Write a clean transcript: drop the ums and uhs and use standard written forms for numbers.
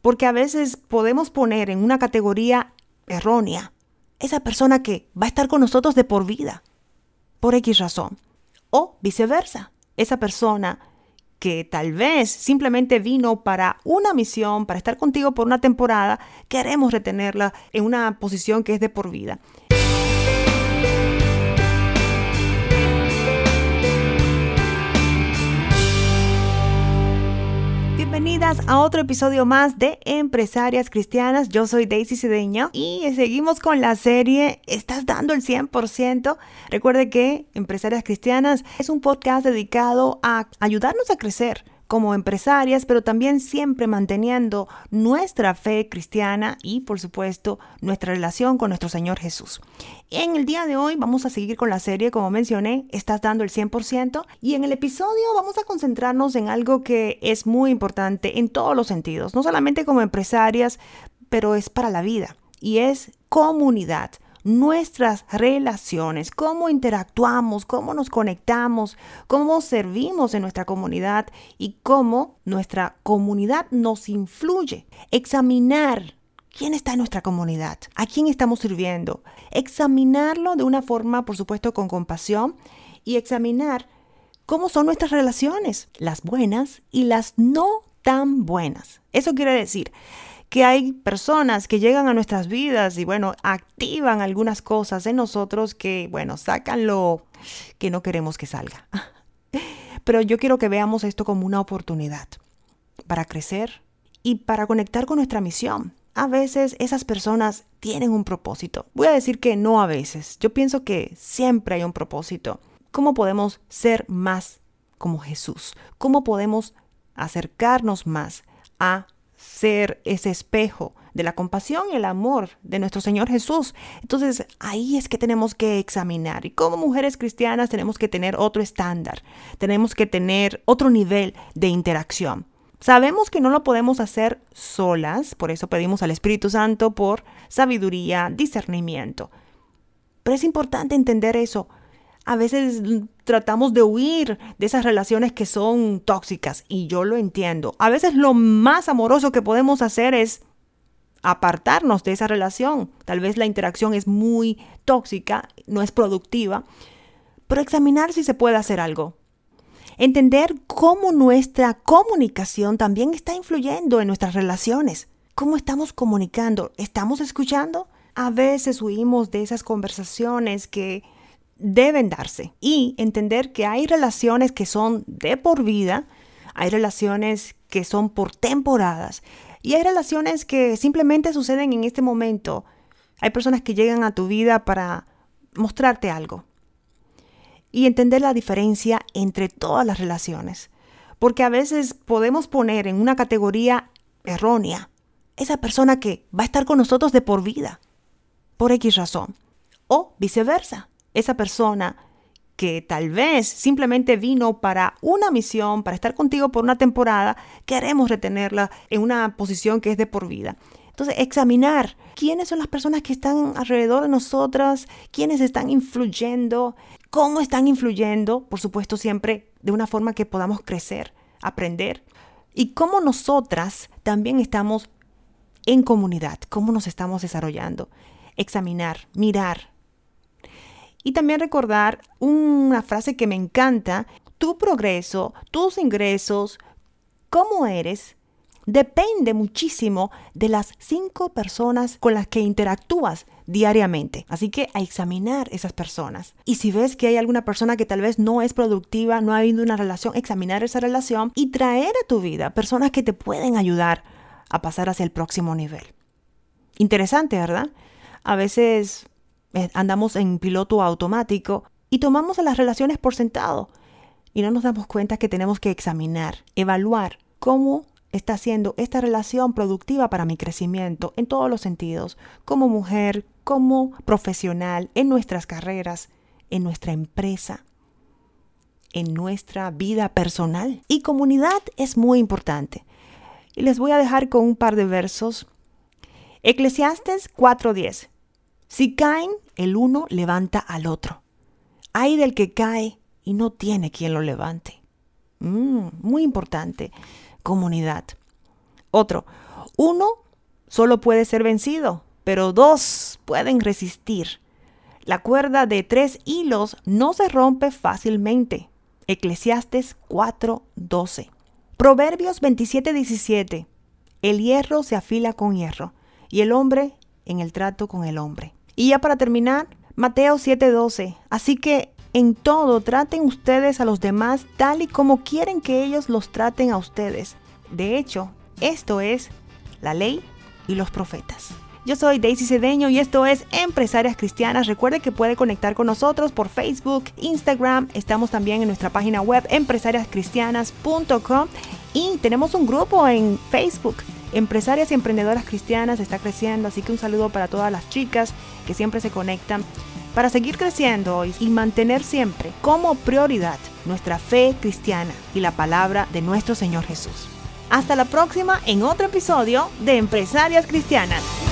Porque a veces podemos poner en una categoría errónea esa persona que va a estar con nosotros de por vida, por X razón. O viceversa, esa persona que tal vez simplemente vino para una misión, para estar contigo por una temporada, queremos retenerla en una posición que es de por vida. Bienvenidas a otro episodio más de Empresarias Cristianas. Yo soy Daisy Cedeño y seguimos con la serie ¿Estás dando el 100%? Recuerde que Empresarias Cristianas es un podcast dedicado a ayudarnos a crecer como empresarias, pero también siempre manteniendo nuestra fe cristiana y, por supuesto, nuestra relación con nuestro Señor Jesús. En el día de hoy vamos a seguir con la serie, como mencioné, ¿Estás dando el 100%? Y en el episodio vamos a concentrarnos en algo que es muy importante en todos los sentidos, no solamente como empresarias, pero es para la vida, y es comunidad. Nuestras relaciones, cómo interactuamos, cómo nos conectamos, cómo servimos en nuestra comunidad y cómo nuestra comunidad nos influye. Examinar quién está en nuestra comunidad, a quién estamos sirviendo. Examinarlo de una forma, por supuesto, con compasión y examinar cómo son nuestras relaciones, las buenas y las no tan buenas. Eso quiere decir que hay personas que llegan a nuestras vidas y, activan algunas cosas en nosotros que, sacan lo que no queremos que salga. Pero yo quiero que veamos esto como una oportunidad para crecer y para conectar con nuestra misión. A veces esas personas tienen un propósito. Voy a decir que no a veces. Yo pienso que siempre hay un propósito. ¿Cómo podemos ser más como Jesús? ¿Cómo podemos acercarnos más a ser ese espejo de la compasión y el amor de nuestro Señor Jesús? Entonces, ahí es que tenemos que examinar. Y como mujeres cristianas tenemos que tener otro estándar. Tenemos que tener otro nivel de interacción. Sabemos que no lo podemos hacer solas, por eso pedimos al Espíritu Santo por sabiduría, discernimiento. Pero es importante entender eso. A veces tratamos de huir de esas relaciones que son tóxicas y yo lo entiendo. A veces lo más amoroso que podemos hacer es apartarnos de esa relación. Tal vez la interacción es muy tóxica, no es productiva, pero examinar si se puede hacer algo. Entender cómo nuestra comunicación también está influyendo en nuestras relaciones. ¿Cómo estamos comunicando? ¿Estamos escuchando? A veces huimos de esas conversaciones que deben darse y entender que hay relaciones que son de por vida, hay relaciones que son por temporadas y hay relaciones que simplemente suceden en este momento. Hay personas que llegan a tu vida para mostrarte algo y entender la diferencia entre todas las relaciones, porque a veces podemos poner en una categoría errónea esa persona que va a estar con nosotros de por vida, por X razón, o viceversa. Esa persona que tal vez simplemente vino para una misión, para estar contigo por una temporada, queremos retenerla en una posición que es de por vida. Entonces, examinar quiénes son las personas que están alrededor de nosotras, quiénes están influyendo, cómo están influyendo, por supuesto siempre de una forma que podamos crecer, aprender, y cómo nosotras también estamos en comunidad, cómo nos estamos desarrollando. Examinar, mirar. Y también recordar una frase que me encanta: tu progreso, tus ingresos, cómo eres, depende muchísimo de las 5 personas con las que interactúas diariamente. Así que a examinar esas personas. Y si ves que hay alguna persona que tal vez no es productiva, no ha habido una relación, examinar esa relación y traer a tu vida personas que te pueden ayudar a pasar hacia el próximo nivel. Interesante, ¿verdad? A veces andamos en piloto automático y tomamos a las relaciones por sentado y no nos damos cuenta que tenemos que examinar, evaluar cómo está siendo esta relación productiva para mi crecimiento en todos los sentidos, como mujer, como profesional, en nuestras carreras, en nuestra empresa, en nuestra vida personal. Y comunidad es muy importante. Y les voy a dejar con un par de versos. Eclesiastes 4:10. Si caen, el uno levanta al otro. Ay del que cae y no tiene quien lo levante. Muy importante. Comunidad. Otro. Uno solo puede ser vencido, pero dos pueden resistir. La cuerda de 3 hilos no se rompe fácilmente. Eclesiastes 4:12. Proverbios 27:17. El hierro se afila con hierro, y el hombre en el trato con el hombre. Y ya para terminar, Mateo 7:12. Así que en todo traten ustedes a los demás tal y como quieren que ellos los traten a ustedes. De hecho, esto es la ley y los profetas. Yo soy Daisy Cedeño y esto es Empresarias Cristianas. Recuerde que puede conectar con nosotros por Facebook, Instagram. Estamos también en nuestra página web empresariascristianas.com y tenemos un grupo en Facebook. Empresarias y Emprendedoras Cristianas está creciendo, así que un saludo para todas las chicas que siempre se conectan para seguir creciendo y mantener siempre como prioridad nuestra fe cristiana y la palabra de nuestro Señor Jesús. Hasta la próxima en otro episodio de Empresarias Cristianas.